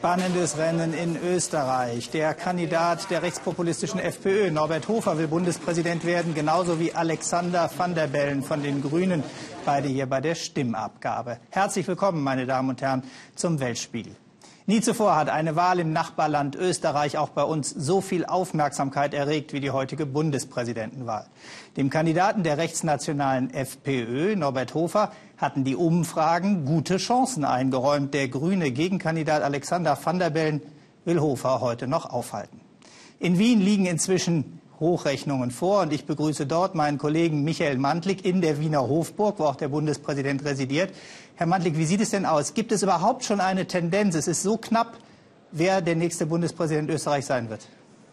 Spannendes Rennen in Österreich. Der Kandidat der rechtspopulistischen FPÖ, Norbert Hofer, will Bundespräsident werden, genauso wie Alexander Van der Bellen von den Grünen. Beide hier bei der Stimmabgabe. Herzlich willkommen, meine Damen und Herren, zum Weltspiegel. Nie zuvor hat eine Wahl im Nachbarland Österreich auch bei uns so viel Aufmerksamkeit erregt wie die heutige Bundespräsidentenwahl. Dem Kandidaten der rechtsnationalen FPÖ, Norbert Hofer, hatten die Umfragen gute Chancen eingeräumt. Der grüne Gegenkandidat Alexander Van der Bellen will Hofer heute noch aufhalten. In Wien liegen inzwischen Hochrechnungen vor und ich begrüße dort meinen Kollegen Michael Mantlik in der Wiener Hofburg, wo auch der Bundespräsident residiert. Herr Mantlik, wie sieht es denn aus? Gibt es überhaupt schon eine Tendenz? Es ist so knapp, wer der nächste Bundespräsident Österreich sein wird.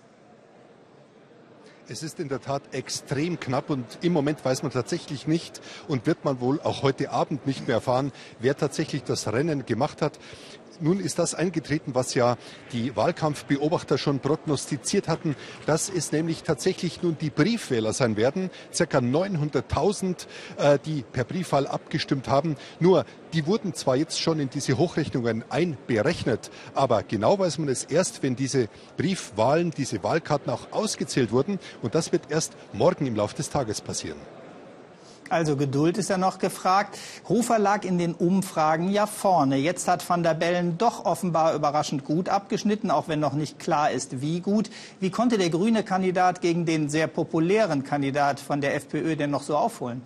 Es ist in der Tat extrem knapp und im Moment weiß man tatsächlich nicht und wird man wohl auch heute Abend nicht mehr erfahren, wer tatsächlich das Rennen gemacht hat. Nun ist das eingetreten, was ja die Wahlkampfbeobachter schon prognostiziert hatten, dass es nämlich tatsächlich nun die Briefwähler sein werden, ca. 900.000, die per Briefwahl abgestimmt haben. Nur, die wurden zwar jetzt schon in diese Hochrechnungen einberechnet, aber genau weiß man es erst, wenn diese Briefwahlen, diese Wahlkarten auch ausgezählt wurden. Und das wird erst morgen im Laufe des Tages passieren. Also Geduld ist ja noch gefragt. Hofer lag in den Umfragen ja vorne. Jetzt hat Van der Bellen doch offenbar überraschend gut abgeschnitten, auch wenn noch nicht klar ist, wie gut. Wie konnte der grüne Kandidat gegen den sehr populären Kandidat von der FPÖ denn noch so aufholen?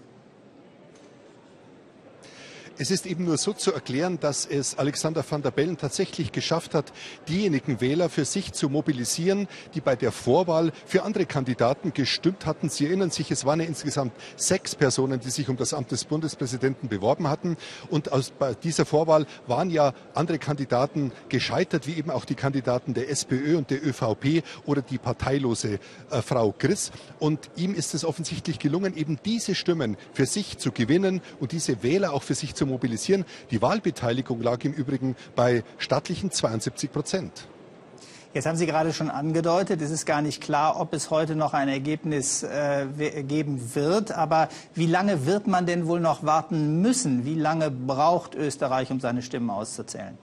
Es ist eben nur so zu erklären, dass es Alexander Van der Bellen tatsächlich geschafft hat, diejenigen Wähler für sich zu mobilisieren, die bei der Vorwahl für andere Kandidaten gestimmt hatten. Sie erinnern sich, es waren ja insgesamt 6 Personen, die sich um das Amt des Bundespräsidenten beworben hatten. Und bei dieser Vorwahl waren ja andere Kandidaten gescheitert, wie eben auch die Kandidaten der SPÖ und der ÖVP oder die parteilose Frau Griss. Und ihm ist es offensichtlich gelungen, eben diese Stimmen für sich zu gewinnen und diese Wähler auch für sich zu mobilisieren. Die Wahlbeteiligung lag im Übrigen bei stattlichen 72%. Jetzt haben Sie gerade schon angedeutet, es ist gar nicht klar, ob es heute noch ein Ergebnis geben wird. Aber wie lange wird man denn wohl noch warten müssen? Wie lange braucht Österreich, um seine Stimmen auszuzählen?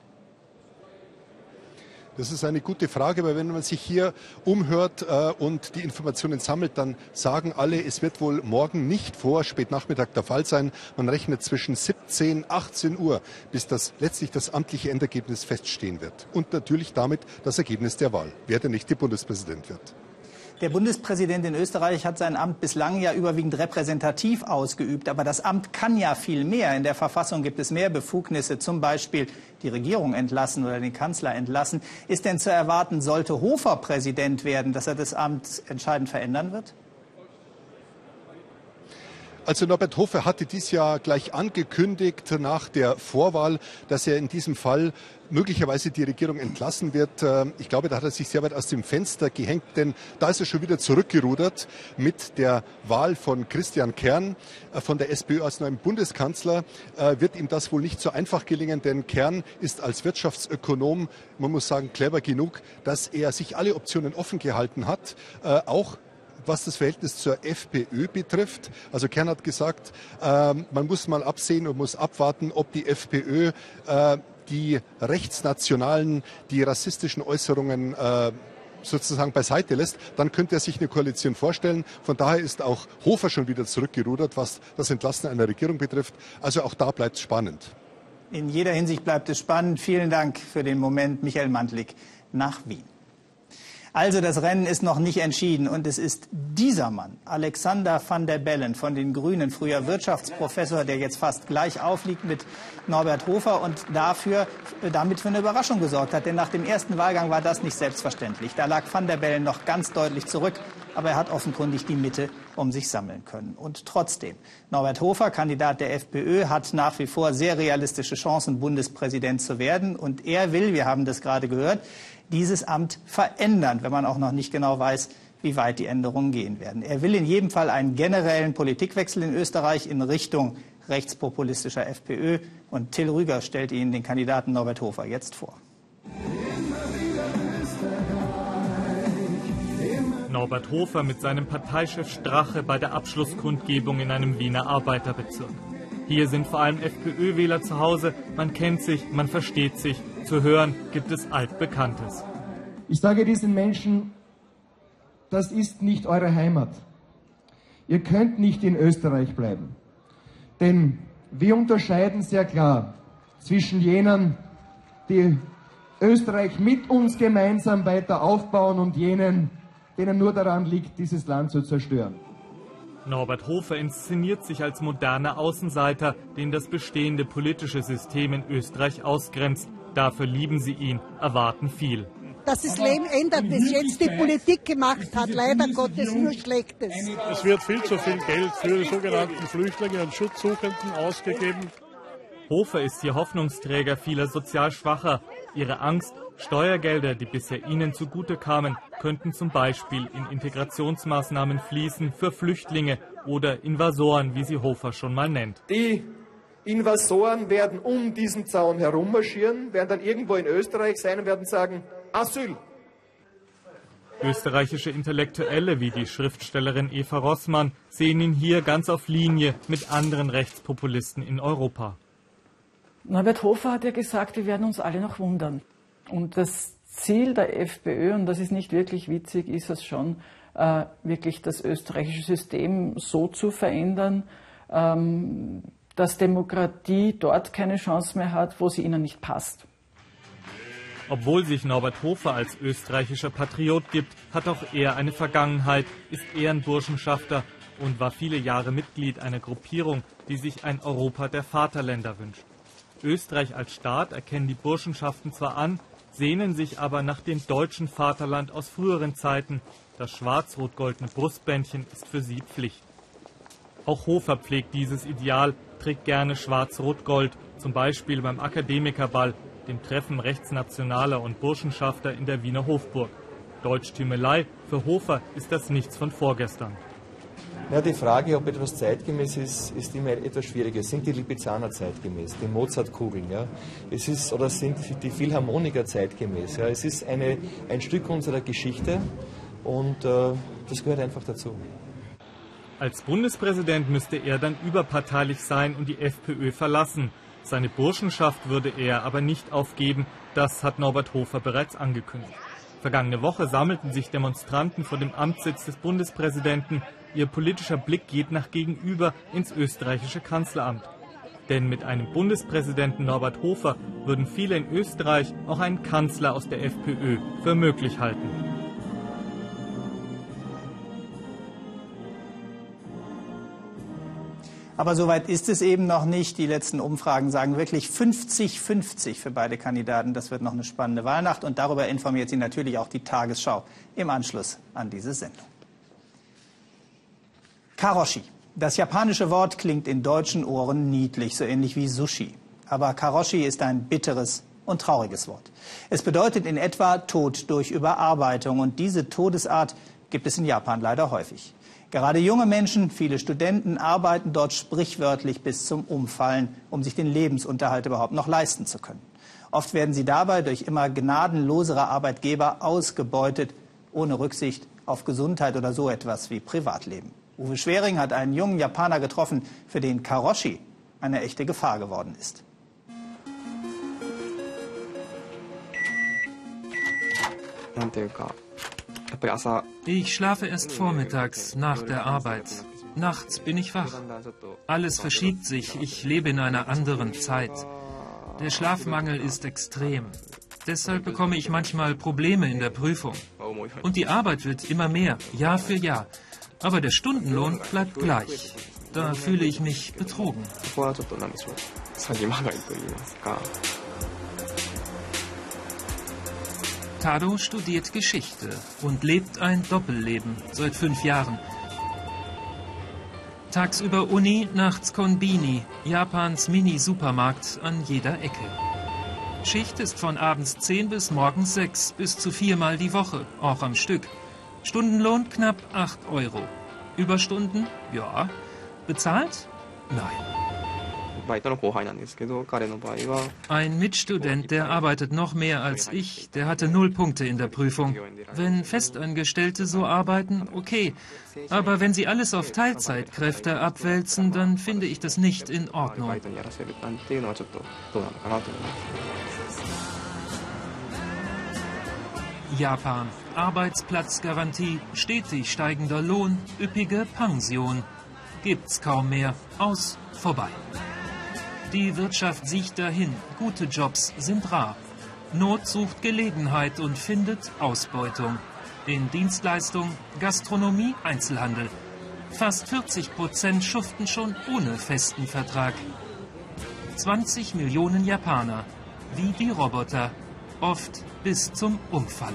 Das ist eine gute Frage, weil wenn man sich hier umhört und die Informationen sammelt, dann sagen alle, es wird wohl morgen nicht vor Spätnachmittag der Fall sein. Man rechnet zwischen 17, 18 Uhr, bis letztlich das amtliche Endergebnis feststehen wird. Und natürlich damit das Ergebnis der Wahl, wer der nächste Bundespräsident wird. Der Bundespräsident in Österreich hat sein Amt bislang ja überwiegend repräsentativ ausgeübt. Aber das Amt kann ja viel mehr. In der Verfassung gibt es mehr Befugnisse, zum Beispiel die Regierung entlassen oder den Kanzler entlassen. Ist denn zu erwarten, sollte Hofer Präsident werden, dass er das Amt entscheidend verändern wird? Also Norbert Hofer hatte dies Jahr gleich angekündigt nach der Vorwahl, dass er in diesem Fall möglicherweise die Regierung entlassen wird. Ich glaube, da hat er sich sehr weit aus dem Fenster gehängt, denn da ist er schon wieder zurückgerudert mit der Wahl von Christian Kern von der SPÖ als neuem Bundeskanzler. Wird ihm das wohl nicht so einfach gelingen, denn Kern ist als Wirtschaftsökonom, man muss sagen, clever genug, dass er sich alle Optionen offen gehalten hat, auch was das Verhältnis zur FPÖ betrifft. Also Kern hat gesagt, man muss mal absehen und muss abwarten, ob die FPÖ die rechtsnationalen, die rassistischen Äußerungen sozusagen beiseite lässt, dann könnte er sich eine Koalition vorstellen. Von daher ist auch Hofer schon wieder zurückgerudert, was das Entlassen einer Regierung betrifft. Also auch da bleibt es spannend. In jeder Hinsicht bleibt es spannend. Vielen Dank für den Moment, Michael Mantlik nach Wien. Also das Rennen ist noch nicht entschieden und es ist dieser Mann, Alexander Van der Bellen von den Grünen, früher Wirtschaftsprofessor, der jetzt fast gleich aufliegt mit Norbert Hofer und damit für eine Überraschung gesorgt hat. Denn nach dem ersten Wahlgang war das nicht selbstverständlich. Da lag Van der Bellen noch ganz deutlich zurück, aber er hat offenkundig die Mitte um sich sammeln können. Und trotzdem, Norbert Hofer, Kandidat der FPÖ, hat nach wie vor sehr realistische Chancen, Bundespräsident zu werden. Und er will, wir haben das gerade gehört, dieses Amt verändern, wenn man auch noch nicht genau weiß, wie weit die Änderungen gehen werden. Er will in jedem Fall einen generellen Politikwechsel in Österreich in Richtung rechtspopulistischer FPÖ. Und Till Rüger stellt Ihnen den Kandidaten Norbert Hofer jetzt vor. Norbert Hofer mit seinem Parteichef Strache bei der Abschlusskundgebung in einem Wiener Arbeiterbezirk. Hier sind vor allem FPÖ-Wähler zu Hause, man kennt sich, man versteht sich Zu hören gibt es Altbekanntes. Ich sage diesen Menschen, das ist nicht eure Heimat. Ihr könnt nicht in Österreich bleiben. Denn wir unterscheiden sehr klar zwischen jenen, die Österreich mit uns gemeinsam weiter aufbauen und jenen, denen nur daran liegt, dieses Land zu zerstören. Norbert Hofer inszeniert sich als moderner Außenseiter, den das bestehende politische System in Österreich ausgrenzt. Dafür lieben sie ihn, erwarten viel. Dass das Leben ändert, bis jetzt die Politik gemacht hat, leider Gottes nur Schlechtes. Es wird viel zu viel Geld für die sogenannten Flüchtlinge und Schutzsuchenden ausgegeben. Hofer ist hier Hoffnungsträger vieler sozial Schwacher. Ihre Angst, Steuergelder, die bisher ihnen zugute kamen, könnten zum Beispiel in Integrationsmaßnahmen fließen für Flüchtlinge oder Invasoren, wie sie Hofer schon mal nennt. Die Invasoren werden um diesen Zaun herummarschieren, werden dann irgendwo in Österreich sein und werden sagen, Asyl. Österreichische Intellektuelle wie die Schriftstellerin Eva Rossmann sehen ihn hier ganz auf Linie mit anderen Rechtspopulisten in Europa. Norbert Hofer hat ja gesagt, wir werden uns alle noch wundern. Und das Ziel der FPÖ, und das ist nicht wirklich witzig, ist es schon, wirklich das österreichische System so zu verändern, dass Demokratie dort keine Chance mehr hat, wo sie ihnen nicht passt. Obwohl sich Norbert Hofer als österreichischer Patriot gibt, hat auch er eine Vergangenheit, ist Ehrenburschenschafter und war viele Jahre Mitglied einer Gruppierung, die sich ein Europa der Vaterländer wünscht. Österreich als Staat erkennen die Burschenschaften zwar an, sehnen sich aber nach dem deutschen Vaterland aus früheren Zeiten. Das schwarz-rot-goldene Brustbändchen ist für sie Pflicht. Auch Hofer pflegt dieses Ideal, trägt gerne schwarz-rot-gold, zum Beispiel beim Akademikerball, dem Treffen Rechtsnationaler und Burschenschafter in der Wiener Hofburg. Deutschtümelei, für Hofer ist das nichts von vorgestern. Ja, die Frage, ob etwas zeitgemäß ist, ist immer etwas schwieriger. Sind die Lipizzaner zeitgemäß, die Mozartkugeln, ja? Oder sind die Philharmoniker zeitgemäß? Ja? Es ist ein Stück unserer Geschichte und das gehört einfach dazu. Als Bundespräsident müsste er dann überparteilich sein und die FPÖ verlassen. Seine Burschenschaft würde er aber nicht aufgeben, das hat Norbert Hofer bereits angekündigt. Vergangene Woche sammelten sich Demonstranten vor dem Amtssitz des Bundespräsidenten. Ihr politischer Blick geht nach gegenüber ins österreichische Kanzleramt. Denn mit einem Bundespräsidenten Norbert Hofer würden viele in Österreich auch einen Kanzler aus der FPÖ für möglich halten. Aber soweit ist es eben noch nicht. Die letzten Umfragen sagen wirklich 50-50 für beide Kandidaten. Das wird noch eine spannende Wahlnacht. Und darüber informiert Sie natürlich auch die Tagesschau im Anschluss an diese Sendung. Karoshi. Das japanische Wort klingt in deutschen Ohren niedlich, so ähnlich wie Sushi. Aber Karoshi ist ein bitteres und trauriges Wort. Es bedeutet in etwa Tod durch Überarbeitung. Und diese Todesart gibt es in Japan leider häufig. Gerade junge Menschen, viele Studenten arbeiten dort sprichwörtlich bis zum Umfallen, um sich den Lebensunterhalt überhaupt noch leisten zu können. Oft werden sie dabei durch immer gnadenlosere Arbeitgeber ausgebeutet, ohne Rücksicht auf Gesundheit oder so etwas wie Privatleben. Uwe Schwering hat einen jungen Japaner getroffen, für den Karoshi eine echte Gefahr geworden ist. Ich schlafe erst vormittags nach der Arbeit. Nachts bin ich wach. Alles verschiebt sich. Ich lebe in einer anderen Zeit. Der Schlafmangel ist extrem. Deshalb bekomme ich manchmal Probleme in der Prüfung. Und die Arbeit wird immer mehr, Jahr für Jahr. Aber der Stundenlohn bleibt gleich. Da fühle ich mich betrogen. Tado studiert Geschichte und lebt ein Doppelleben seit 5 Jahren. Tagsüber Uni, nachts Konbini, Japans Mini-Supermarkt an jeder Ecke. Schicht ist von abends 10 bis morgens 6, bis zu 4-mal die Woche, auch am Stück. Stundenlohn knapp 8 €. Überstunden? Ja. Bezahlt? Nein. Ein Mitstudent, der arbeitet noch mehr als ich, der hatte 0 Punkte in der Prüfung. Wenn Festangestellte so arbeiten, okay. Aber wenn sie alles auf Teilzeitkräfte abwälzen, dann finde ich das nicht in Ordnung. Japan. Arbeitsplatzgarantie, stetig steigender Lohn, üppige Pension. Gibt's kaum mehr. Aus, vorbei. Die Wirtschaft siecht dahin. Gute Jobs sind rar. Not sucht Gelegenheit und findet Ausbeutung. In Dienstleistung, Gastronomie, Einzelhandel. Fast 40% schuften schon ohne festen Vertrag. 20 Millionen Japaner, wie die Roboter, oft bis zum Umfallen.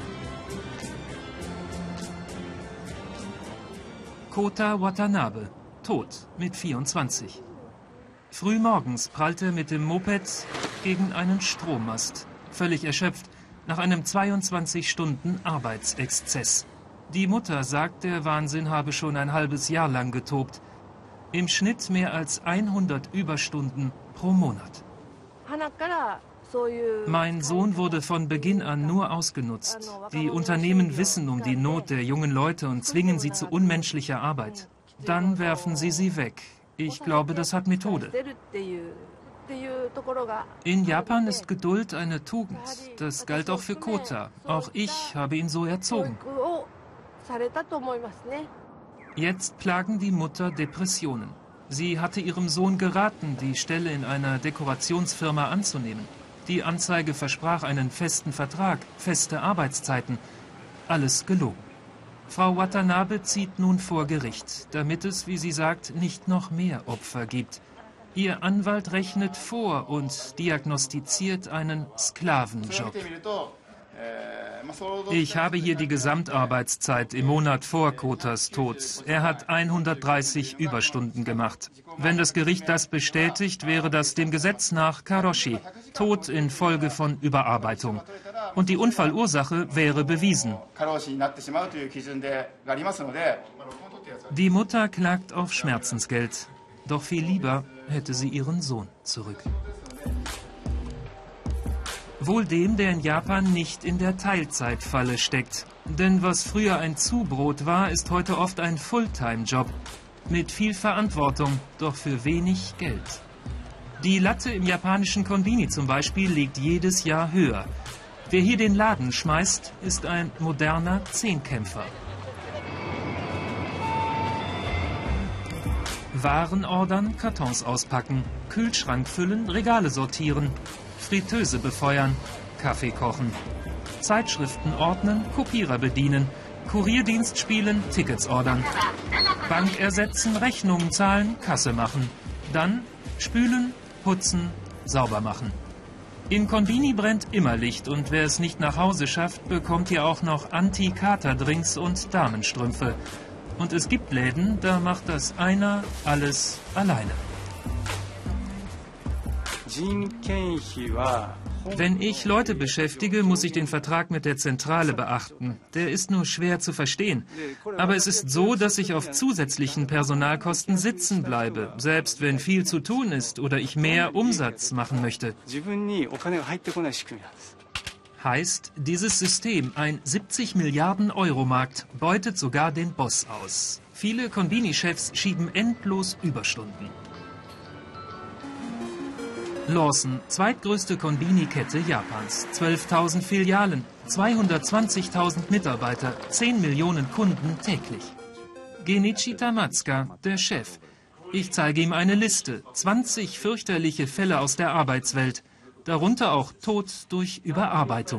Kota Watanabe, tot mit 24. Frühmorgens prallt er mit dem Moped gegen einen Strommast, völlig erschöpft, nach einem 22-Stunden-Arbeitsexzess. Die Mutter sagt, der Wahnsinn habe schon ein halbes Jahr lang getobt. Im Schnitt mehr als 100 Überstunden pro Monat. Mein Sohn wurde von Beginn an nur ausgenutzt. Die Unternehmen wissen um die Not der jungen Leute und zwingen sie zu unmenschlicher Arbeit. Dann werfen sie weg. Ich glaube, das hat Methode. In Japan ist Geduld eine Tugend. Das galt auch für Kota. Auch ich habe ihn so erzogen. Jetzt plagen die Mutter Depressionen. Sie hatte ihrem Sohn geraten, die Stelle in einer Dekorationsfirma anzunehmen. Die Anzeige versprach einen festen Vertrag, feste Arbeitszeiten. Alles gelogen. Frau Watanabe zieht nun vor Gericht, damit es, wie sie sagt, nicht noch mehr Opfer gibt. Ihr Anwalt rechnet vor und diagnostiziert einen Sklavenjob. Ich habe hier die Gesamtarbeitszeit im Monat vor Kotas Tod. Er hat 130 Überstunden gemacht. Wenn das Gericht das bestätigt, wäre das dem Gesetz nach Karoshi, Tod infolge von Überarbeitung. Und die Unfallursache wäre bewiesen. Die Mutter klagt auf Schmerzensgeld. Doch viel lieber hätte sie ihren Sohn zurück. Wohl dem, der in Japan nicht in der Teilzeitfalle steckt. Denn was früher ein Zubrot war, ist heute oft ein Fulltime-Job. Mit viel Verantwortung, doch für wenig Geld. Die Latte im japanischen Konbini zum Beispiel liegt jedes Jahr höher. Wer hier den Laden schmeißt, ist ein moderner Zehnkämpfer. Waren ordern, Kartons auspacken, Kühlschrank füllen, Regale sortieren, Fritteuse befeuern, Kaffee kochen, Zeitschriften ordnen, Kopierer bedienen, Kurierdienst spielen, Tickets ordern, Bank ersetzen, Rechnungen zahlen, Kasse machen, dann spülen, putzen, sauber machen. Im Konbini brennt immer Licht und wer es nicht nach Hause schafft, bekommt hier auch noch Anti-Kater-Drinks und Damenstrümpfe. Und es gibt Läden, da macht das einer alles alleine. Wenn ich Leute beschäftige, muss ich den Vertrag mit der Zentrale beachten. Der ist nur schwer zu verstehen. Aber es ist so, dass ich auf zusätzlichen Personalkosten sitzen bleibe, selbst wenn viel zu tun ist oder ich mehr Umsatz machen möchte. Heißt, dieses System, ein 70 Milliarden Euro Markt, beutet sogar den Boss aus. Viele Konbini-Chefs schieben endlos Überstunden. Lawson, zweitgrößte Konbini-Kette Japans, 12.000 Filialen, 220.000 Mitarbeiter, 10 Millionen Kunden täglich. Genichi Tamatsuka, der Chef. Ich zeige ihm eine Liste, 20 fürchterliche Fälle aus der Arbeitswelt, darunter auch Tod durch Überarbeitung.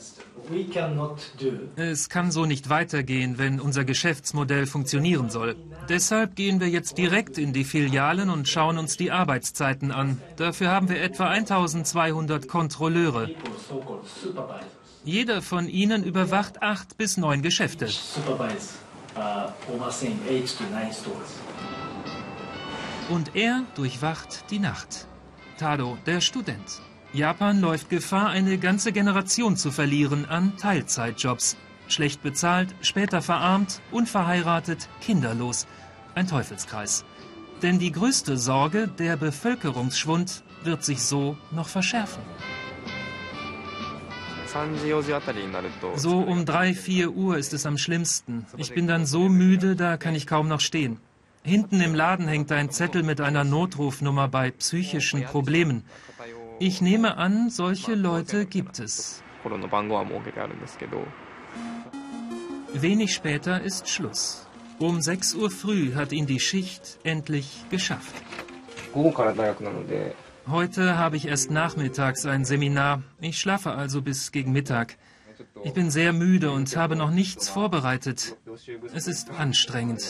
Es kann so nicht weitergehen, wenn unser Geschäftsmodell funktionieren soll. Deshalb gehen wir jetzt direkt in die Filialen und schauen uns die Arbeitszeiten an. Dafür haben wir etwa 1200 Kontrolleure. Jeder von ihnen überwacht 8 bis 9 Geschäfte. Und er durchwacht die Nacht. Tado, der Student. Japan läuft Gefahr, eine ganze Generation zu verlieren an Teilzeitjobs. Schlecht bezahlt, später verarmt, unverheiratet, kinderlos. Ein Teufelskreis. Denn die größte Sorge, der Bevölkerungsschwund, wird sich so noch verschärfen. So um 3, 4 Uhr ist es am schlimmsten. Ich bin dann so müde, da kann ich kaum noch stehen. Hinten im Laden hängt ein Zettel mit einer Notrufnummer bei psychischen Problemen. Ich nehme an, solche Leute gibt es. Wenig später ist Schluss. Um 6 Uhr früh hat ihn die Schicht endlich geschafft. Heute habe ich erst nachmittags ein Seminar. Ich schlafe also bis gegen Mittag. Ich bin sehr müde und habe noch nichts vorbereitet. Es ist anstrengend.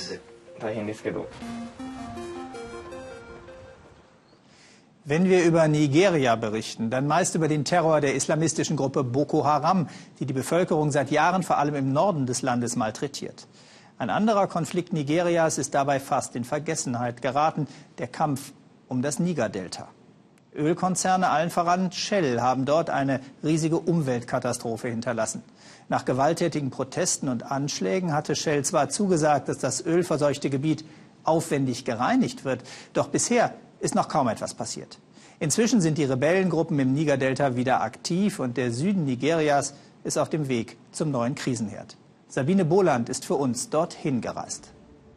Wenn wir über Nigeria berichten, dann meist über den Terror der islamistischen Gruppe Boko Haram, die die Bevölkerung seit Jahren vor allem im Norden des Landes malträtiert. Ein anderer Konflikt Nigerias ist dabei fast in Vergessenheit geraten, der Kampf um das Niger-Delta. Ölkonzerne, allen voran Shell, haben dort eine riesige Umweltkatastrophe hinterlassen. Nach gewalttätigen Protesten und Anschlägen hatte Shell zwar zugesagt, dass das ölverseuchte Gebiet aufwendig gereinigt wird, doch bisher ist noch kaum etwas passiert. Inzwischen sind die Rebellengruppen im Niger-Delta wieder aktiv und der Süden Nigerias ist auf dem Weg zum neuen Krisenherd. Sabine Boland ist für uns dorthin gereist.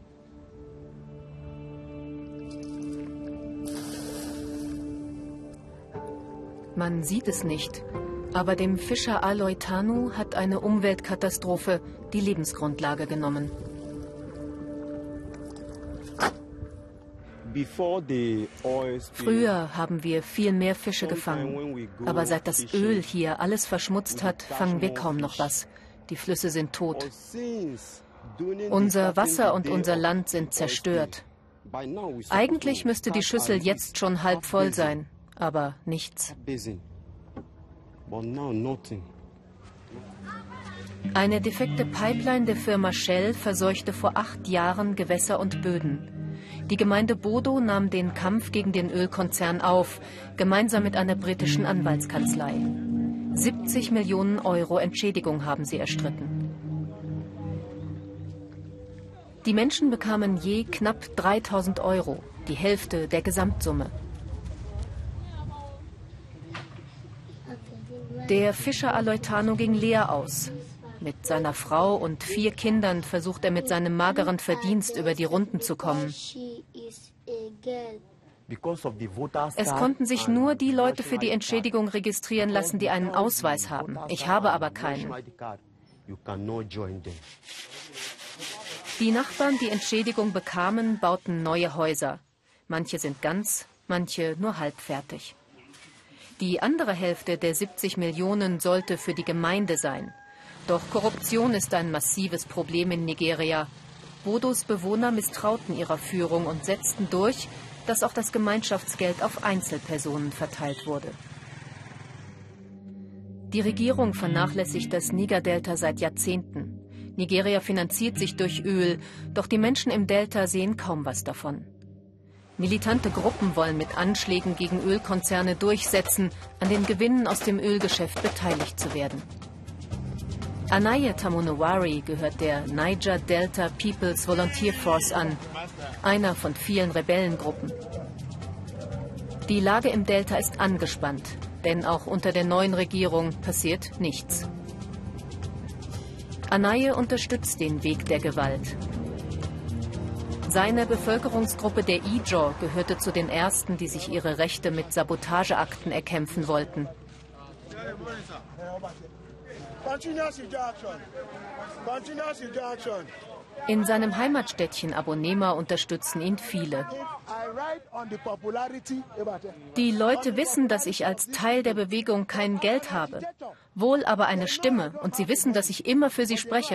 Man sieht es nicht, aber dem Fischer Aloy Tanu hat eine Umweltkatastrophe die Lebensgrundlage genommen. Früher haben wir viel mehr Fische gefangen, aber seit das Öl hier alles verschmutzt hat, fangen wir kaum noch was. Die Flüsse sind tot. Unser Wasser und unser Land sind zerstört. Eigentlich müsste die Schüssel jetzt schon halb voll sein, aber nichts. Eine defekte Pipeline der Firma Shell verseuchte vor 8 Jahren Gewässer und Böden. Die Gemeinde Bodo nahm den Kampf gegen den Ölkonzern auf, gemeinsam mit einer britischen Anwaltskanzlei. 70 Millionen Euro Entschädigung haben sie erstritten. Die Menschen bekamen je knapp 3.000 Euro, die Hälfte der Gesamtsumme. Der Fischer Aloy Tanu ging leer aus. Mit seiner Frau und 4 Kindern versucht er mit seinem mageren Verdienst über die Runden zu kommen. Es konnten sich nur die Leute für die Entschädigung registrieren lassen, die einen Ausweis haben. Ich habe aber keinen. Die Nachbarn, die Entschädigung bekamen, bauten neue Häuser. Manche sind ganz, manche nur halb fertig. Die andere Hälfte der 70 Millionen sollte für die Gemeinde sein. Doch Korruption ist ein massives Problem in Nigeria. Bodos Bewohner misstrauten ihrer Führung und setzten durch, dass auch das Gemeinschaftsgeld auf Einzelpersonen verteilt wurde. Die Regierung vernachlässigt das Niger-Delta seit Jahrzehnten. Nigeria finanziert sich durch Öl, doch die Menschen im Delta sehen kaum was davon. Militante Gruppen wollen mit Anschlägen gegen Ölkonzerne durchsetzen, an den Gewinnen aus dem Ölgeschäft beteiligt zu werden. Anaye Tamunowari gehört der Niger Delta People's Volunteer Force an, einer von vielen Rebellengruppen. Die Lage im Delta ist angespannt, denn auch unter der neuen Regierung passiert nichts. Anaye unterstützt den Weg der Gewalt. Seine Bevölkerungsgruppe der Ijaw gehörte zu den ersten, die sich ihre Rechte mit Sabotageakten erkämpfen wollten. In seinem Heimatstädtchen Abonema unterstützen ihn viele. Die Leute wissen, dass ich als Teil der Bewegung kein Geld habe, wohl aber eine Stimme, und sie wissen, dass ich immer für sie spreche.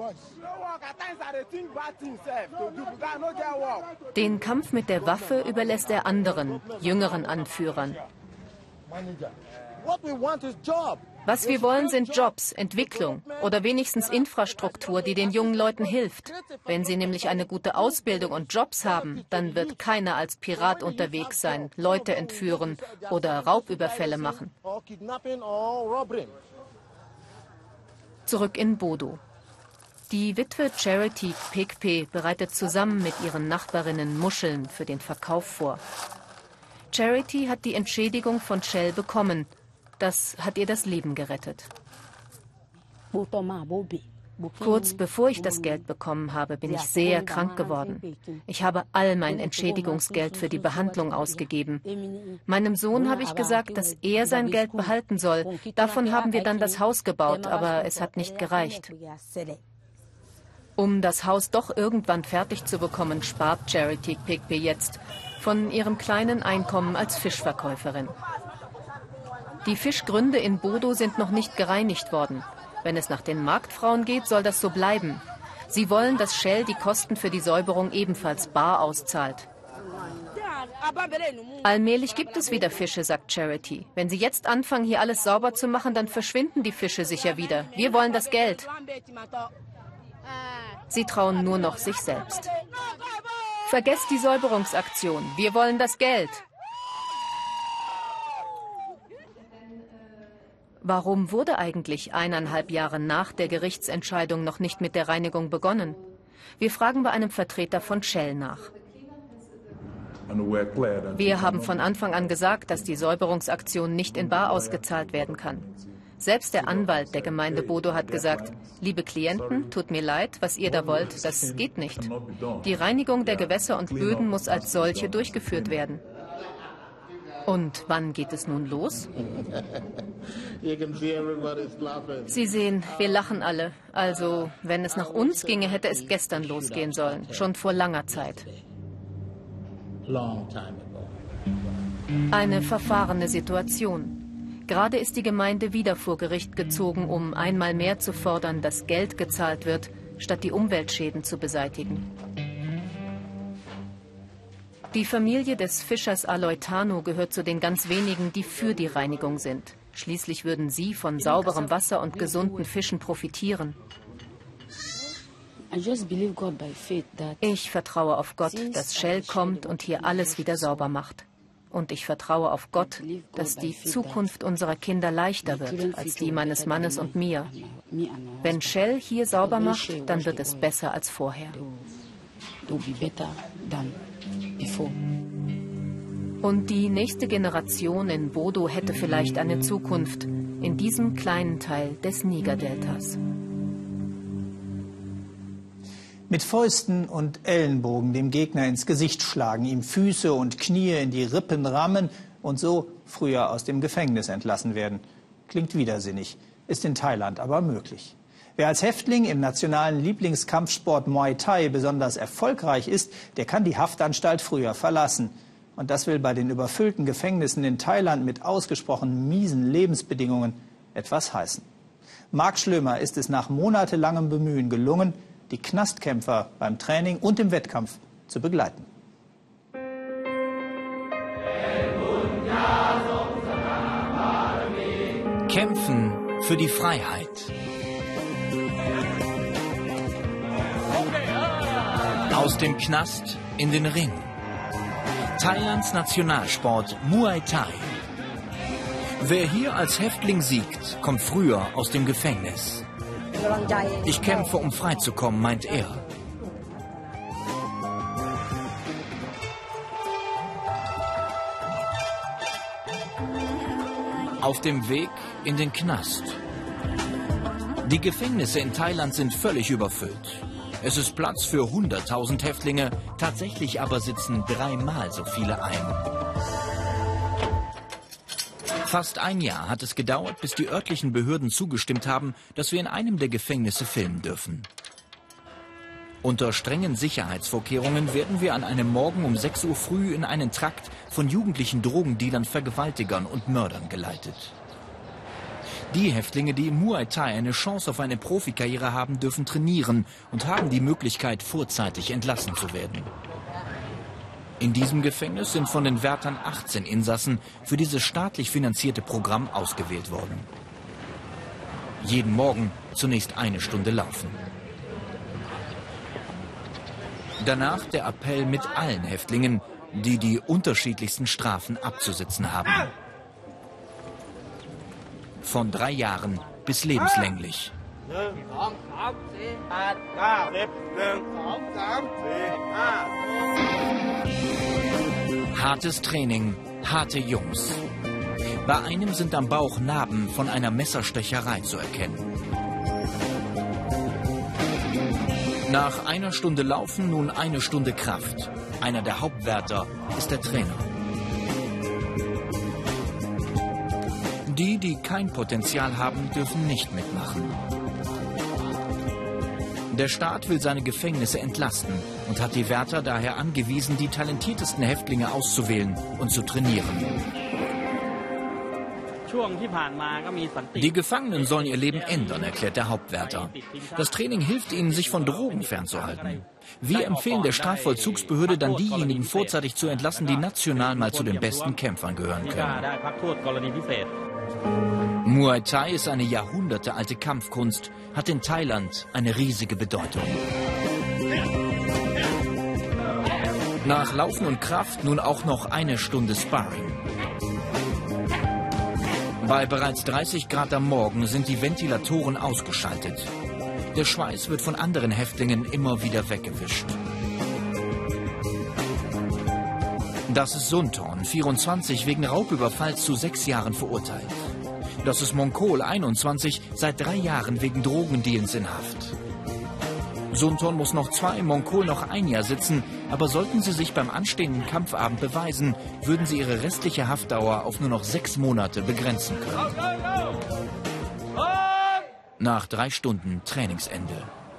Den Kampf mit der Waffe überlässt er anderen, jüngeren Anführern. Was wir wollen, sind Jobs, Entwicklung oder wenigstens Infrastruktur, die den jungen Leuten hilft. Wenn sie nämlich eine gute Ausbildung und Jobs haben, dann wird keiner als Pirat unterwegs sein, Leute entführen oder Raubüberfälle machen. Zurück in Bodo. Die Witwe Charity Pekpe bereitet zusammen mit ihren Nachbarinnen Muscheln für den Verkauf vor. Charity hat die Entschädigung von Shell bekommen. Das hat ihr das Leben gerettet. Kurz bevor ich das Geld bekommen habe, bin ich sehr krank geworden. Ich habe all mein Entschädigungsgeld für die Behandlung ausgegeben. Meinem Sohn habe ich gesagt, dass er sein Geld behalten soll. Davon haben wir dann das Haus gebaut, aber es hat nicht gereicht. Um das Haus doch irgendwann fertig zu bekommen, spart Charity Pigby jetzt von ihrem kleinen Einkommen als Fischverkäuferin. Die Fischgründe in Bodo sind noch nicht gereinigt worden. Wenn es nach den Marktfrauen geht, soll das so bleiben. Sie wollen, dass Shell die Kosten für die Säuberung ebenfalls bar auszahlt. Allmählich gibt es wieder Fische, sagt Charity. Wenn sie jetzt anfangen, hier alles sauber zu machen, dann verschwinden die Fische sicher wieder. Wir wollen das Geld. Sie trauen nur noch sich selbst. Vergesst die Säuberungsaktion. Wir wollen das Geld. Warum wurde eigentlich 1,5 Jahre nach der Gerichtsentscheidung noch nicht mit der Reinigung begonnen? Wir fragen bei einem Vertreter von Shell nach. Wir haben von Anfang an gesagt, dass die Säuberungsaktion nicht in bar ausgezahlt werden kann. Selbst der Anwalt der Gemeinde Bodo hat gesagt, liebe Klienten, tut mir leid, was ihr da wollt, das geht nicht. Die Reinigung der Gewässer und Böden muss als solche durchgeführt werden. Und wann geht es nun los? Sie sehen, wir lachen alle. Also, wenn es nach uns ginge, hätte es gestern losgehen sollen, schon vor langer Zeit. Eine verfahrene Situation. Gerade ist die Gemeinde wieder vor Gericht gezogen, um einmal mehr zu fordern, dass Geld gezahlt wird, statt die Umweltschäden zu beseitigen. Die Familie des Fischers Aloitano gehört zu den ganz wenigen, die für die Reinigung sind. Schließlich würden sie von sauberem Wasser und gesunden Fischen profitieren. Ich vertraue auf Gott, dass Shell kommt und hier alles wieder sauber macht. Und ich vertraue auf Gott, dass die Zukunft unserer Kinder leichter wird als die meines Mannes und mir. Wenn Shell hier sauber macht, dann wird es besser als vorher. Und die nächste Generation in Bodo hätte vielleicht eine Zukunft in diesem kleinen Teil des Nigerdeltas. Mit Fäusten und Ellenbogen dem Gegner ins Gesicht schlagen, ihm Füße und Knie in die Rippen rammen und so früher aus dem Gefängnis entlassen werden. Klingt widersinnig, ist in Thailand aber möglich. Wer als Häftling im nationalen Lieblingskampfsport Muay Thai besonders erfolgreich ist, der kann die Haftanstalt früher verlassen. Und das will bei den überfüllten Gefängnissen in Thailand mit ausgesprochen miesen Lebensbedingungen etwas heißen. Marc Schlömer ist es nach monatelangem Bemühen gelungen, die Knastkämpfer beim Training und im Wettkampf zu begleiten. Kämpfen für die Freiheit. Aus dem Knast in den Ring. Thailands Nationalsport Muay Thai. Wer hier als Häftling siegt, kommt früher aus dem Gefängnis. Ich kämpfe, um freizukommen, meint er. Auf dem Weg in den Knast. Die Gefängnisse in Thailand sind völlig überfüllt. Es ist Platz für 100.000 Häftlinge, tatsächlich aber sitzen 3-mal so viele ein. Fast ein Jahr hat es gedauert, bis die örtlichen Behörden zugestimmt haben, dass wir in einem der Gefängnisse filmen dürfen. Unter strengen Sicherheitsvorkehrungen werden wir an einem Morgen um 6 Uhr früh in einen Trakt von jugendlichen Drogendealern, Vergewaltigern und Mördern geleitet. Die Häftlinge, die im Muay Thai eine Chance auf eine Profikarriere haben, dürfen trainieren und haben die Möglichkeit, vorzeitig entlassen zu werden. In diesem Gefängnis sind von den Wärtern 18 Insassen für dieses staatlich finanzierte Programm ausgewählt worden. Jeden Morgen zunächst 1 Stunde laufen. Danach der Appell mit allen Häftlingen, die die unterschiedlichsten Strafen abzusitzen haben. Von 3 Jahren bis lebenslänglich. Hartes Training, harte Jungs. Bei einem sind am Bauch Narben von einer Messerstecherei zu erkennen. Nach 1 Stunde Laufen nun 1 Stunde Kraft. Einer der Hauptwärter ist der Trainer. Die, die kein Potenzial haben, dürfen nicht mitmachen. Der Staat will seine Gefängnisse entlasten und hat die Wärter daher angewiesen, die talentiertesten Häftlinge auszuwählen und zu trainieren. Die Gefangenen sollen ihr Leben ändern, erklärt der Hauptwärter. Das Training hilft ihnen, sich von Drogen fernzuhalten. Wir empfehlen der Strafvollzugsbehörde dann diejenigen vorzeitig zu entlassen, die national mal zu den besten Kämpfern gehören können. Muay Thai ist eine jahrhundertealte Kampfkunst, hat in Thailand eine riesige Bedeutung. Nach Laufen und Kraft nun auch noch eine Stunde Sparring. Bei bereits 30 Grad am Morgen sind die Ventilatoren ausgeschaltet. Der Schweiß wird von anderen Häftlingen immer wieder weggewischt. Das ist Suntorn, 24, wegen Raubüberfalls zu 6 Jahren verurteilt. Das ist Monkol, 21, seit 3 Jahren wegen Drogendeals in Haft. Suntorn muss noch 2, Monkol noch 1 Jahr sitzen, aber sollten sie sich beim anstehenden Kampfabend beweisen, würden sie ihre restliche Haftdauer auf nur noch 6 Monate begrenzen können. Nach 3 Stunden Trainingsende.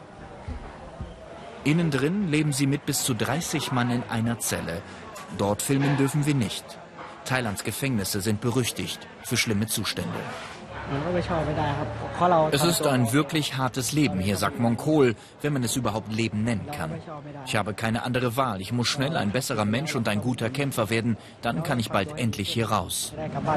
Innen drin leben sie mit bis zu 30 Mann in einer Zelle. Dort filmen dürfen wir nicht. Thailands Gefängnisse sind berüchtigt für schlimme Zustände. Es ist ein wirklich hartes Leben hier, sagt Monkol, wenn man es überhaupt Leben nennen kann. Ich habe keine andere Wahl. Ich muss schnell ein besserer Mensch und ein guter Kämpfer werden. Dann kann ich bald endlich hier raus.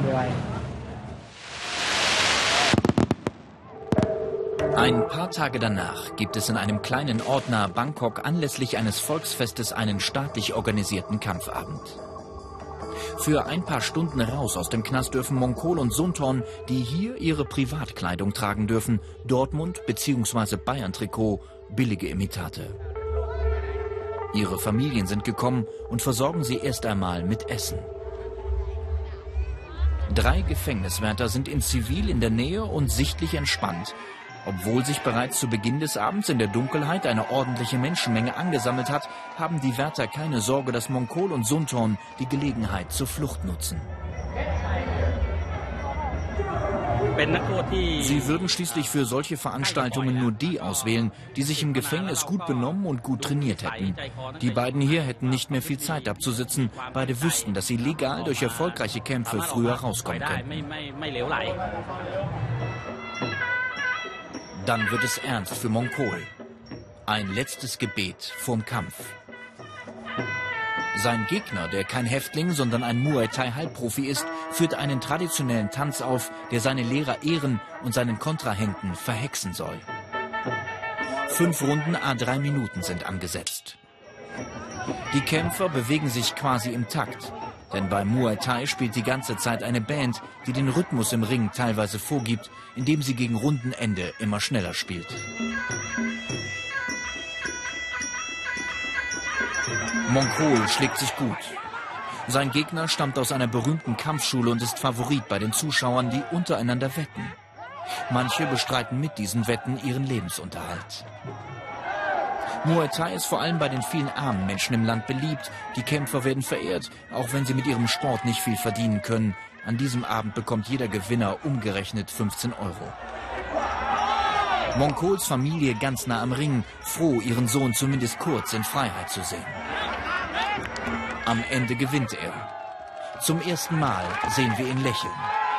Ein paar Tage danach gibt es in einem kleinen Ort nahe Bangkok anlässlich eines Volksfestes einen staatlich organisierten Kampfabend. Für ein paar Stunden raus aus dem Knast dürfen Monkol und Suntorn, die hier ihre Privatkleidung tragen dürfen, Dortmund bzw. Bayern-Trikot, billige Imitate. Ihre Familien sind gekommen und versorgen sie erst einmal mit Essen. 3 Gefängniswärter sind in Zivil in der Nähe und sichtlich entspannt. Obwohl sich bereits zu Beginn des Abends in der Dunkelheit eine ordentliche Menschenmenge angesammelt hat, haben die Wärter keine Sorge, dass Monkol und Suntorn die Gelegenheit zur Flucht nutzen. Sie würden schließlich für solche Veranstaltungen nur die auswählen, die sich im Gefängnis gut benommen und gut trainiert hätten. Die beiden hier hätten nicht mehr viel Zeit abzusitzen. Beide wüssten, dass sie legal durch erfolgreiche Kämpfe früher rauskommen könnten. Dann wird es ernst für Monkol. Ein letztes Gebet vorm Kampf. Sein Gegner, der kein Häftling, sondern ein Muay Thai Halbprofi ist, führt einen traditionellen Tanz auf, der seine Lehrer ehren und seinen Kontrahenten verhexen soll. 5 Runden à 3 Minuten sind angesetzt. Die Kämpfer bewegen sich quasi im Takt. Denn bei Muay Thai spielt die ganze Zeit eine Band, die den Rhythmus im Ring teilweise vorgibt, indem sie gegen Rundenende immer schneller spielt. Monkol schlägt sich gut. Sein Gegner stammt aus einer berühmten Kampfschule und ist Favorit bei den Zuschauern, die untereinander wetten. Manche bestreiten mit diesen Wetten ihren Lebensunterhalt. Muay Thai ist vor allem bei den vielen armen Menschen im Land beliebt. Die Kämpfer werden verehrt, auch wenn sie mit ihrem Sport nicht viel verdienen können. An diesem Abend bekommt jeder Gewinner umgerechnet 15 Euro. Monkols Familie ganz nah am Ring, froh, ihren Sohn zumindest kurz in Freiheit zu sehen. Am Ende gewinnt er. Zum ersten Mal sehen wir ihn lächeln.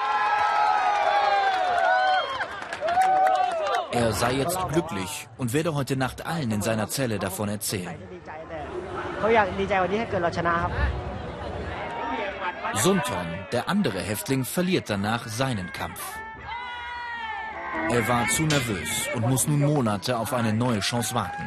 Er sei jetzt glücklich und werde heute Nacht allen in seiner Zelle davon erzählen. Suntorn, der andere Häftling, verliert danach seinen Kampf. Er war zu nervös und muss nun Monate auf eine neue Chance warten.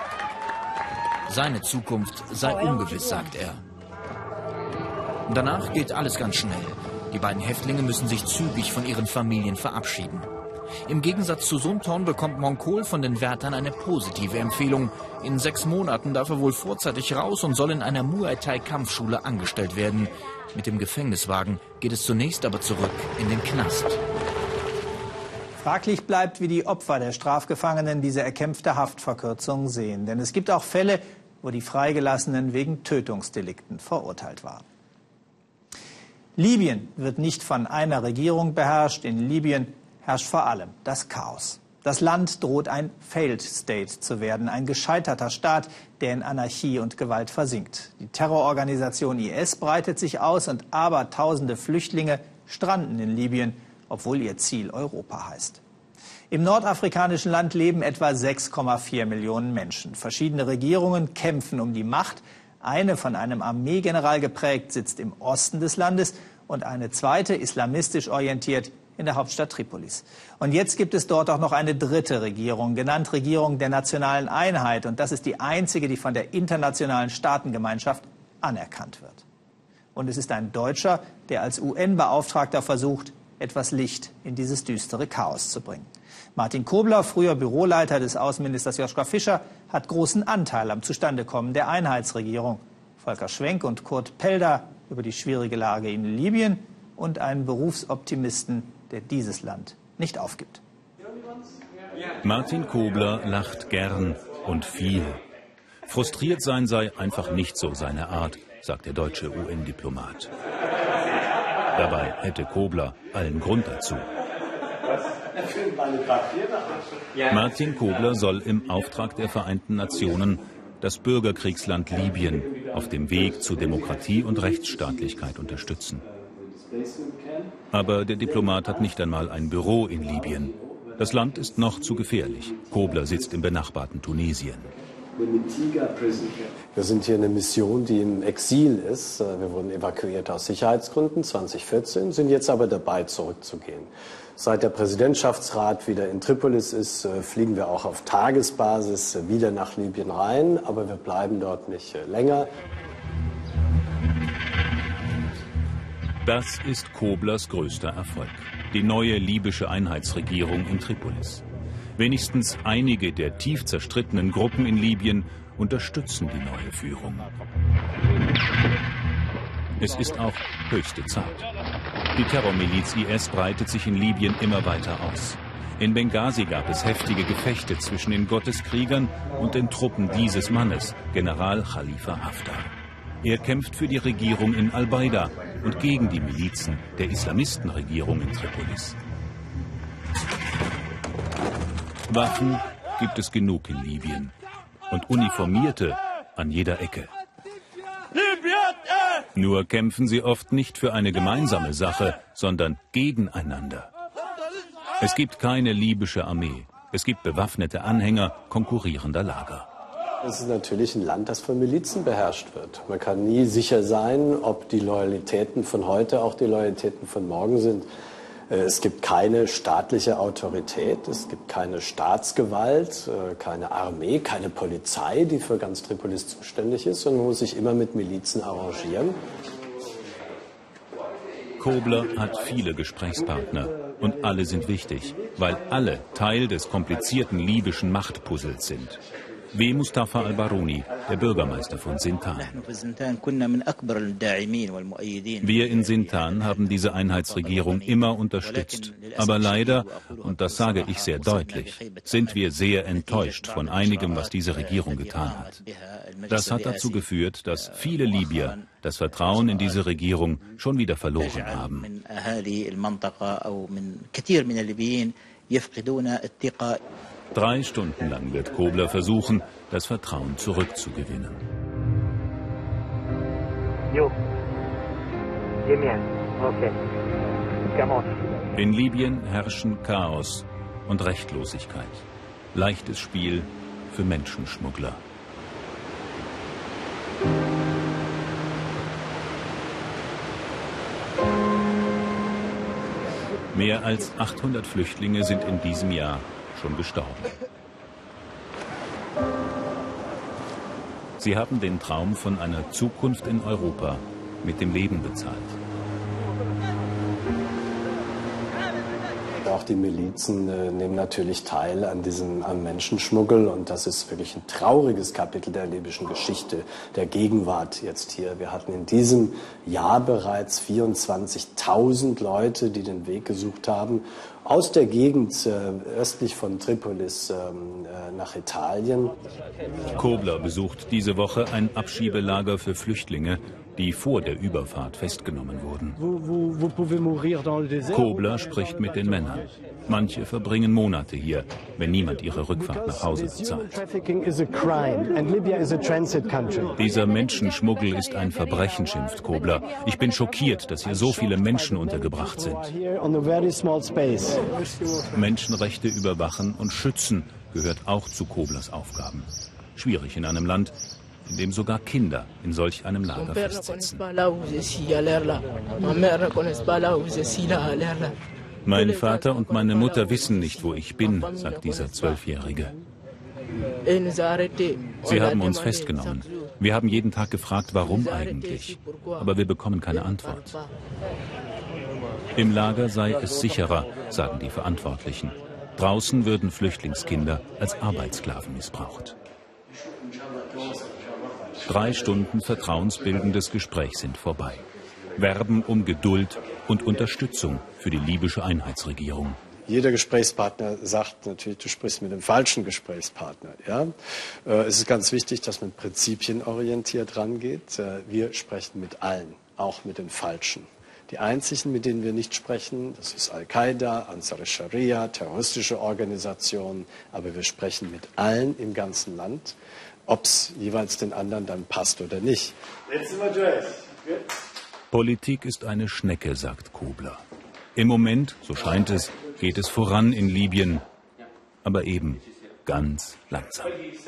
Seine Zukunft sei ungewiss, sagt er. Danach geht alles ganz schnell. Die beiden Häftlinge müssen sich zügig von ihren Familien verabschieden. Im Gegensatz zu Suntorn bekommt Monkol von den Wärtern eine positive Empfehlung. In 6 Monaten darf er wohl vorzeitig raus und soll in einer Muay Thai Kampfschule angestellt werden. Mit dem Gefängniswagen geht es zunächst aber zurück in den Knast. Fraglich bleibt, wie die Opfer der Strafgefangenen diese erkämpfte Haftverkürzung sehen. Denn es gibt auch Fälle, wo die Freigelassenen wegen Tötungsdelikten verurteilt waren. Libyen wird nicht von einer Regierung beherrscht. In Libyen herrscht vor allem das Chaos. Das Land droht ein Failed State zu werden, ein gescheiterter Staat, der in Anarchie und Gewalt versinkt. Die Terrororganisation IS breitet sich aus und abertausende Flüchtlinge stranden in Libyen, obwohl ihr Ziel Europa heißt. Im nordafrikanischen Land leben etwa 6,4 Millionen Menschen. Verschiedene Regierungen kämpfen um die Macht. Eine, von einem Armeegeneral geprägt, sitzt im Osten des Landes und eine zweite, islamistisch orientiert, in der Hauptstadt Tripolis. Und jetzt gibt es dort auch noch eine dritte Regierung, genannt Regierung der nationalen Einheit. Und das ist die einzige, die von der internationalen Staatengemeinschaft anerkannt wird. Und es ist ein Deutscher, der als UN-Beauftragter versucht, etwas Licht in dieses düstere Chaos zu bringen. Martin Kobler, früher Büroleiter des Außenministers Joschka Fischer, hat großen Anteil am Zustandekommen der Einheitsregierung. Volker Schwenk und Kurt Pelder über die schwierige Lage in Libyen und einen Berufsoptimisten, der dieses Land nicht aufgibt. Martin Kobler lacht gern und viel. Frustriert sein sei einfach nicht so seine Art, sagt der deutsche UN-Diplomat. Dabei hätte Kobler allen Grund dazu. Martin Kobler soll im Auftrag der Vereinten Nationen das Bürgerkriegsland Libyen auf dem Weg zu Demokratie und Rechtsstaatlichkeit unterstützen. Aber der Diplomat hat nicht einmal ein Büro in Libyen. Das Land ist noch zu gefährlich. Kobler sitzt im benachbarten Tunesien. Wir sind hier eine Mission, die im Exil ist. Wir wurden evakuiert aus Sicherheitsgründen 2014, sind jetzt aber dabei, zurückzugehen. Seit der Präsidentschaftsrat wieder in Tripolis ist, fliegen wir auch auf Tagesbasis wieder nach Libyen rein, aber wir bleiben dort nicht länger. Das ist Koblers größter Erfolg. Die neue libysche Einheitsregierung in Tripolis. Wenigstens einige der tief zerstrittenen Gruppen in Libyen unterstützen die neue Führung. Es ist auch höchste Zeit. Die Terrormiliz IS breitet sich in Libyen immer weiter aus. In Benghazi gab es heftige Gefechte zwischen den Gotteskriegern und den Truppen dieses Mannes, General Khalifa Haftar. Er kämpft für die Regierung in Al-Baida und gegen die Milizen der Islamistenregierung in Tripolis. Waffen gibt es genug in Libyen und Uniformierte an jeder Ecke. Nur kämpfen sie oft nicht für eine gemeinsame Sache, sondern gegeneinander. Es gibt keine libysche Armee. Es gibt bewaffnete Anhänger konkurrierender Lager. Es ist natürlich ein Land, das von Milizen beherrscht wird. Man kann nie sicher sein, ob die Loyalitäten von heute auch die Loyalitäten von morgen sind. Es gibt keine staatliche Autorität, es gibt keine Staatsgewalt, keine Armee, keine Polizei, die für ganz Tripolis zuständig ist, und man muss sich immer mit Milizen arrangieren. Kobler hat viele Gesprächspartner und alle sind wichtig, weil alle Teil des komplizierten libyschen Machtpuzzles sind. Wie Mustafa al-Barouni, der Bürgermeister von Sintan. Wir in Sintan haben diese Einheitsregierung immer unterstützt. Aber leider, und das sage ich sehr deutlich, sind wir sehr enttäuscht von einigem, was diese Regierung getan hat. Das hat dazu geführt, dass viele Libyer das Vertrauen in diese Regierung schon wieder verloren haben. 3 Stunden lang wird Kobler versuchen, das Vertrauen zurückzugewinnen. In Libyen herrschen Chaos und Rechtlosigkeit. Leichtes Spiel für Menschenschmuggler. Mehr als 800 Flüchtlinge sind in diesem Jahr schon gestorben. Sie haben den Traum von einer Zukunft in Europa mit dem Leben bezahlt. Auch die Milizen nehmen natürlich teil am Menschenschmuggel, und das ist wirklich ein trauriges Kapitel der libyschen Geschichte, der Gegenwart jetzt hier. Wir hatten in diesem Jahr bereits 24.000 Leute, die den Weg gesucht haben, aus der Gegend östlich von Tripolis nach Italien. Kobler besucht diese Woche ein Abschiebelager für Flüchtlinge, die vor der Überfahrt festgenommen wurden. Kobler spricht mit den Männern. Manche verbringen Monate hier, wenn niemand ihre Rückfahrt nach Hause bezahlt. Dieser Menschenschmuggel ist ein Verbrechen, schimpft Kobler. Ich bin schockiert, dass hier so viele Menschen untergebracht sind. Menschenrechte überwachen und schützen gehört auch zu Koblers Aufgaben. Schwierig in einem Land, in dem sogar Kinder in solch einem Lager festsitzen. Mein Vater und meine Mutter wissen nicht, wo ich bin, sagt dieser 12-Jährige. Sie haben uns festgenommen. Wir haben jeden Tag gefragt, warum eigentlich. Aber wir bekommen keine Antwort. Im Lager sei es sicherer, sagen die Verantwortlichen. Draußen würden Flüchtlingskinder als Arbeitssklaven missbraucht. 3 Stunden vertrauensbildendes Gespräch sind vorbei. Werben um Geduld und Unterstützung für die libysche Einheitsregierung. Jeder Gesprächspartner sagt natürlich, du sprichst mit dem falschen Gesprächspartner. Ja? Es ist ganz wichtig, dass man prinzipienorientiert rangeht. Wir sprechen mit allen, auch mit den Falschen. Die einzigen, mit denen wir nicht sprechen, das ist Al-Qaida, Ansar al-Scharia, terroristische Organisationen. Aber wir sprechen mit allen im ganzen Land, ob es jeweils den anderen dann passt oder nicht. Politik ist eine Schnecke, sagt Kobler. Im Moment, so scheint es, geht es voran in Libyen, aber eben ganz langsam.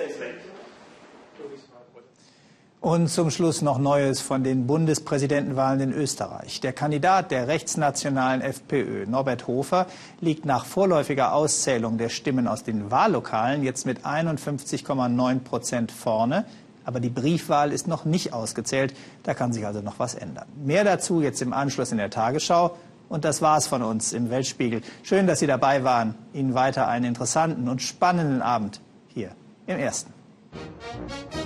Und zum Schluss noch Neues von den Bundespräsidentenwahlen in Österreich. Der Kandidat der rechtsnationalen FPÖ, Norbert Hofer, liegt nach vorläufiger Auszählung der Stimmen aus den Wahllokalen jetzt mit 51,9% vorne. Aber die Briefwahl ist noch nicht ausgezählt. Da kann sich also noch was ändern. Mehr dazu jetzt im Anschluss in der Tagesschau. Und das war's von uns im Weltspiegel. Schön, dass Sie dabei waren. Ihnen weiter einen interessanten und spannenden Abend hier im Ersten.